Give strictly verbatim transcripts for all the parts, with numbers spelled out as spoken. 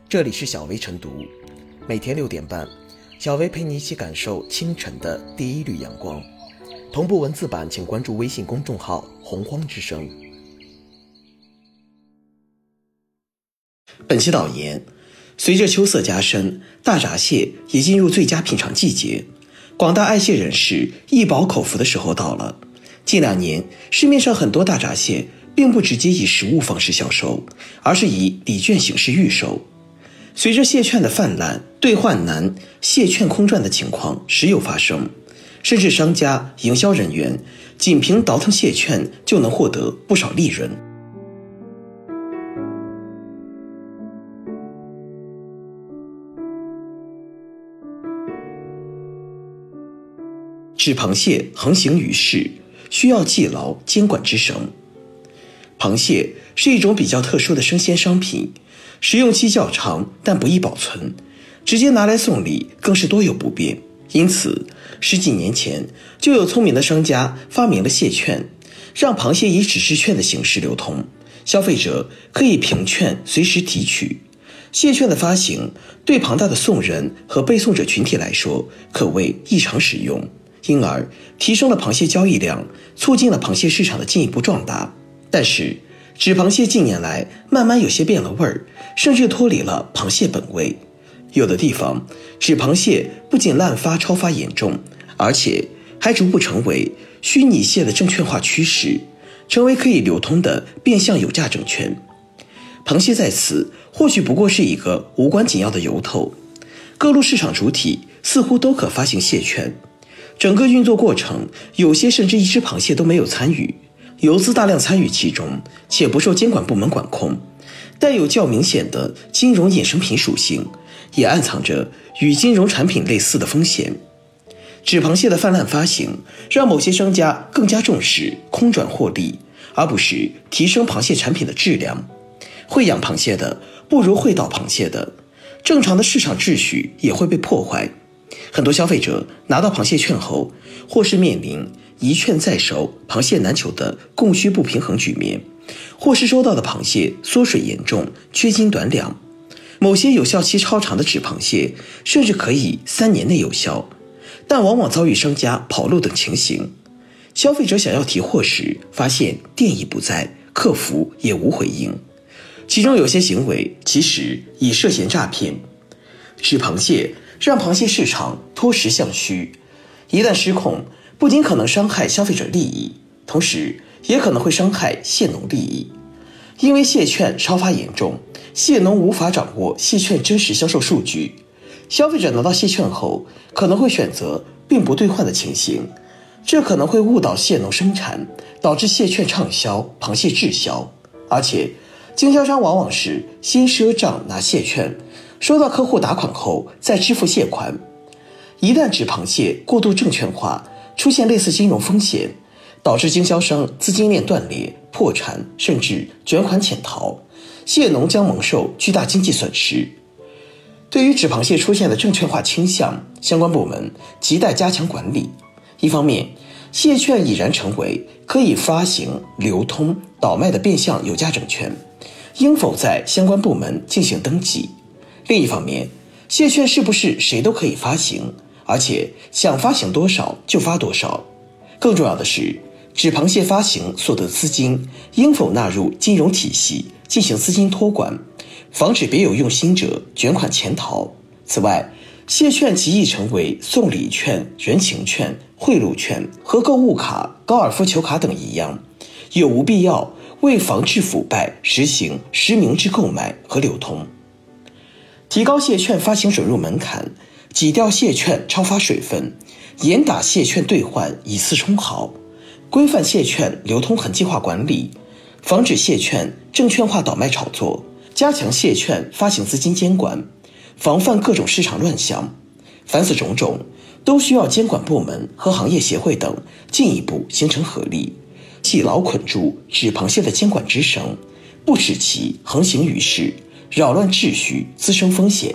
这里是小薇晨读，每天六点半，小薇陪你一起感受清晨的第一缕阳光。同步文字版请关注微信公众号洪荒之声。本期导言：随着秋色加深，大闸蟹也进入最佳品尝季节，广大爱蟹人士一饱口福的时候到了。近两年，市面上很多大闸蟹并不直接以实物方式销售，而是以礼券形式预售。随着蟹券的泛滥，兑换难、蟹券空转的情况时有发生，甚至商家、营销人员仅凭倒腾蟹券就能获得不少利润。纸螃蟹横行于世，需要系牢监管之绳。螃蟹是一种比较特殊的生鲜商品，食用期较长，但不易保存，直接拿来送礼更是多有不便。因此，十几年前就有聪明的商家发明了蟹券，让螃蟹以纸质券的形式流通，消费者可以凭券随时提取。蟹券的发行对庞大的送人和被送者群体来说，可谓异常实用，因而提升了螃蟹交易量，促进了螃蟹市场的进一步壮大。但是纸螃蟹近年来慢慢有些变了味儿，甚至脱离了螃蟹本味。有的地方，纸螃蟹不仅滥发超发严重，而且还逐步成为虚拟蟹的证券化趋势，成为可以流通的变相有价证券。螃蟹在此或许不过是一个无关紧要的由头，各路市场主体似乎都可发行蟹券，整个运作过程有些甚至一只螃蟹都没有参与，游资大量参与其中，且不受监管部门管控，带有较明显的金融衍生品属性，也暗藏着与金融产品类似的风险。纸螃蟹的泛滥发行，让某些商家更加重视空转获利，而不是提升螃蟹产品的质量。会养螃蟹的不如会倒螃蟹的，正常的市场秩序也会被破坏。很多消费者拿到螃蟹券后，或是面临一券在手、螃蟹难求的供需不平衡局面，或是收到的螃蟹缩水严重、缺斤短两。某些有效期超长的纸螃蟹甚至可以三年内有效，但往往遭遇商家跑路等情形。消费者想要提货时，发现店已不在，客服也无回应。其中有些行为其实已涉嫌诈骗。纸螃蟹让螃蟹市场脱实向虚，一旦失控，不仅可能伤害消费者利益，同时也可能会伤害蟹农利益。因为蟹券超发严重，蟹农无法掌握蟹券真实销售数据，消费者拿到蟹券后可能会选择并不兑换的情形，这可能会误导蟹农生产，导致蟹券畅销，螃蟹滞销。而且经销商往往是先赊账拿蟹券，收到客户打款后再支付蟹款。一旦纸螃蟹过度证券化，出现类似金融风险，导致经销商资金链断裂、破产，甚至卷款潜逃，蟹农将蒙受巨大经济损失。对于纸螃蟹出现的证券化倾向，相关部门亟待加强管理。一方面，蟹券已然成为可以发行、流通、倒卖的变相有价证券，应否在相关部门进行登记？另一方面，蟹券是不是谁都可以发行，而且想发行多少就发多少？更重要的是，纸螃蟹发行所得资金应否纳入金融体系进行资金托管，防止别有用心者卷款潜逃。此外，蟹券极易成为送礼券、人情券、贿赂券和购物卡、高尔夫球卡等一样，有无必要为防治腐败实行实名制购买和流通。提高蟹券发行准入门槛，挤掉蟹券超发水分，严打蟹券兑换以次充好，规范蟹券流通痕迹化管理，防止蟹券证券化倒卖炒作，加强蟹券发行资金监管，防范各种市场乱象。凡此种种，都需要监管部门和行业协会等进一步形成合力，系牢捆住纸螃蟹的监管之绳，不使其横行于世，扰乱秩序，滋生风险。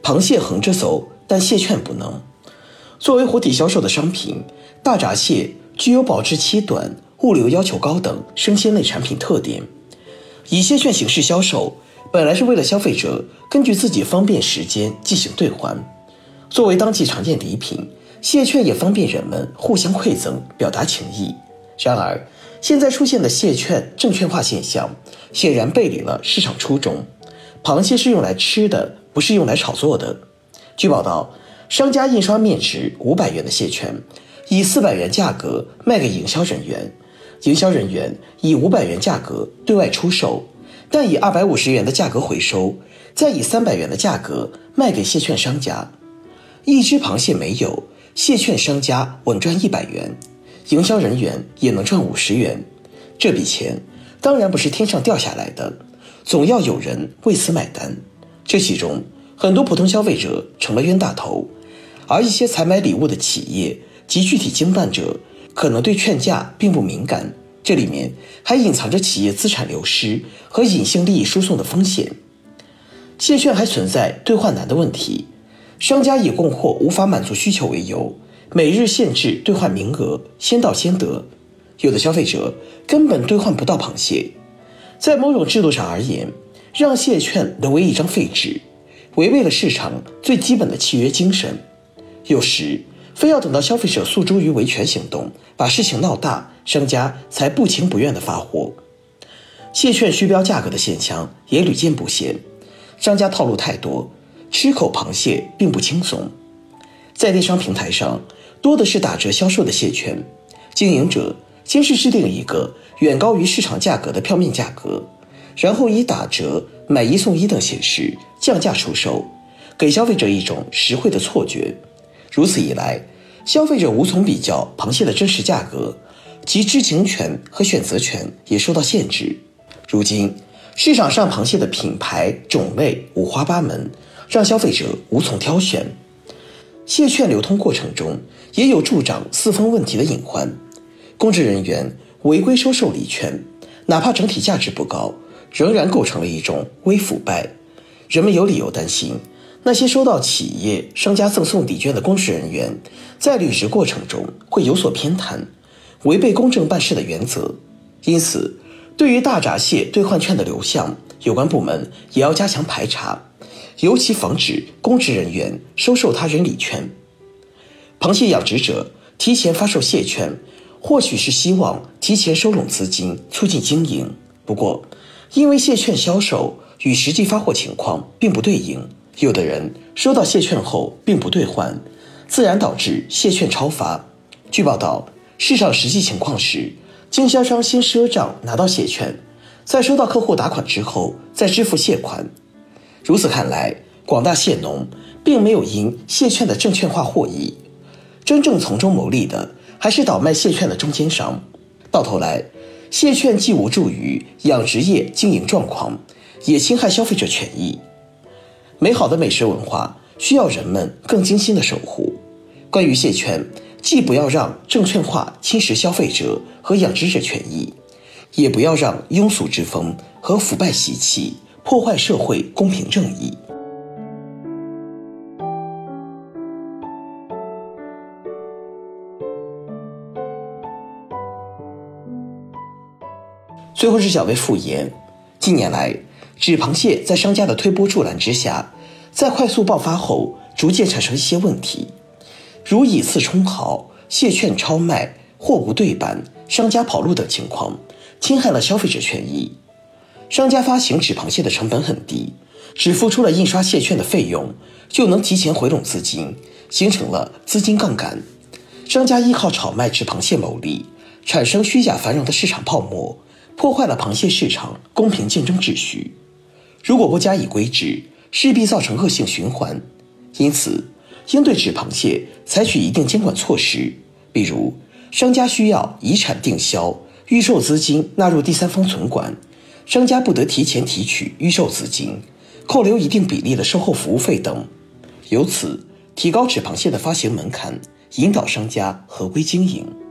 螃蟹横着走，但蟹券不能。作为活体销售的商品，大闸蟹具有保质期短、物流要求高等生鲜类产品特点。以蟹券形式销售，本来是为了消费者根据自己方便时间进行兑换。作为当季常见礼品，蟹券也方便人们互相馈赠，表达情谊。然而，现在出现的蟹券证券化现象，显然背离了市场初衷。螃蟹是用来吃的，不是用来炒作的。据报道，商家印刷面值五百元的蟹券，以四百元价格卖给营销人员，营销人员以五百元价格对外出售，但以二百五十元的价格回收，再以三百元的价格卖给蟹券商家。一只螃蟹没有，蟹券商家稳赚一百元，营销人员也能赚五十元。这笔钱当然不是天上掉下来的，总要有人为此买单。这其中很多普通消费者成了冤大头，而一些采买礼物的企业及具体经办者可能对券价并不敏感，这里面还隐藏着企业资产流失和隐性利益输送的风险。蟹券还存在兑换难的问题，商家以供货无法满足需求为由，每日限制兑换名额，先到先得。有的消费者根本兑换不到螃蟹。在某种制度上而言，让蟹券沦为一张废纸，违背了市场最基本的契约精神。有时非要等到消费者诉诸于维权行动，把事情闹大，商家才不情不愿地发货。蟹券虚标价格的现象也屡见不鲜，商家套路太多，吃口螃蟹并不轻松。在电商平台上，多的是打折销售的蟹券，经营者先是制定一个远高于市场价格的票面价格，然后以打折、买一送一等形式降价出售，给消费者一种实惠的错觉。如此一来，消费者无从比较螃蟹的真实价格，其知情权和选择权也受到限制。如今，市场上螃蟹的品牌种类五花八门，让消费者无从挑选。蟹券流通过程中也有助长四风问题的隐患，公职人员违规收受礼券，哪怕整体价值不高，仍然构成了一种微腐败。人们有理由担心，那些收到企业、商家赠送礼券的公职人员，在履职过程中会有所偏袒，违背公正办事的原则。因此，对于大闸蟹兑换券的流向，有关部门也要加强排查，尤其防止公职人员收受他人礼券。螃蟹养殖者提前发售蟹券，或许是希望提前收拢资金，促进经营。不过，因为蟹券销售与实际发货情况并不对应，有的人收到蟹券后并不兑换，自然导致蟹券超发。据报道，市场实际情况是，经销商先赊账拿到蟹券，在收到客户打款之后再支付蟹款。如此看来，广大蟹农并没有因蟹券的证券化获益，真正从中牟利的还是倒卖蟹券的中间商。到头来，蟹券既无助于养殖业经营状况，也侵害消费者权益。美好的美食文化需要人们更精心的守护。关于蟹券，既不要让证券化侵蚀消费者和养殖者权益，也不要让庸俗之风和腐败习气破坏社会公平正义。最后是小薇复言，近年来，纸螃蟹在商家的推波助澜之下，在快速爆发后，逐渐产生一些问题，如以次充好、蟹券超卖、货不对版、商家跑路等情况，侵害了消费者权益。商家发行纸螃蟹的成本很低，只付出了印刷蟹券的费用，就能提前回笼资金，形成了资金杠杆。商家依靠炒卖纸螃蟹牟利，产生虚假繁荣的市场泡沫，破坏了螃蟹市场公平竞争秩序。如果不加以规制，势必造成恶性循环。因此，应对纸螃蟹采取一定监管措施，比如商家需要以产定销，预售资金纳入第三方存管，商家不得提前提取预售资金，扣留一定比例的售后服务费等，由此提高纸螃蟹的发行门槛，引导商家合规经营。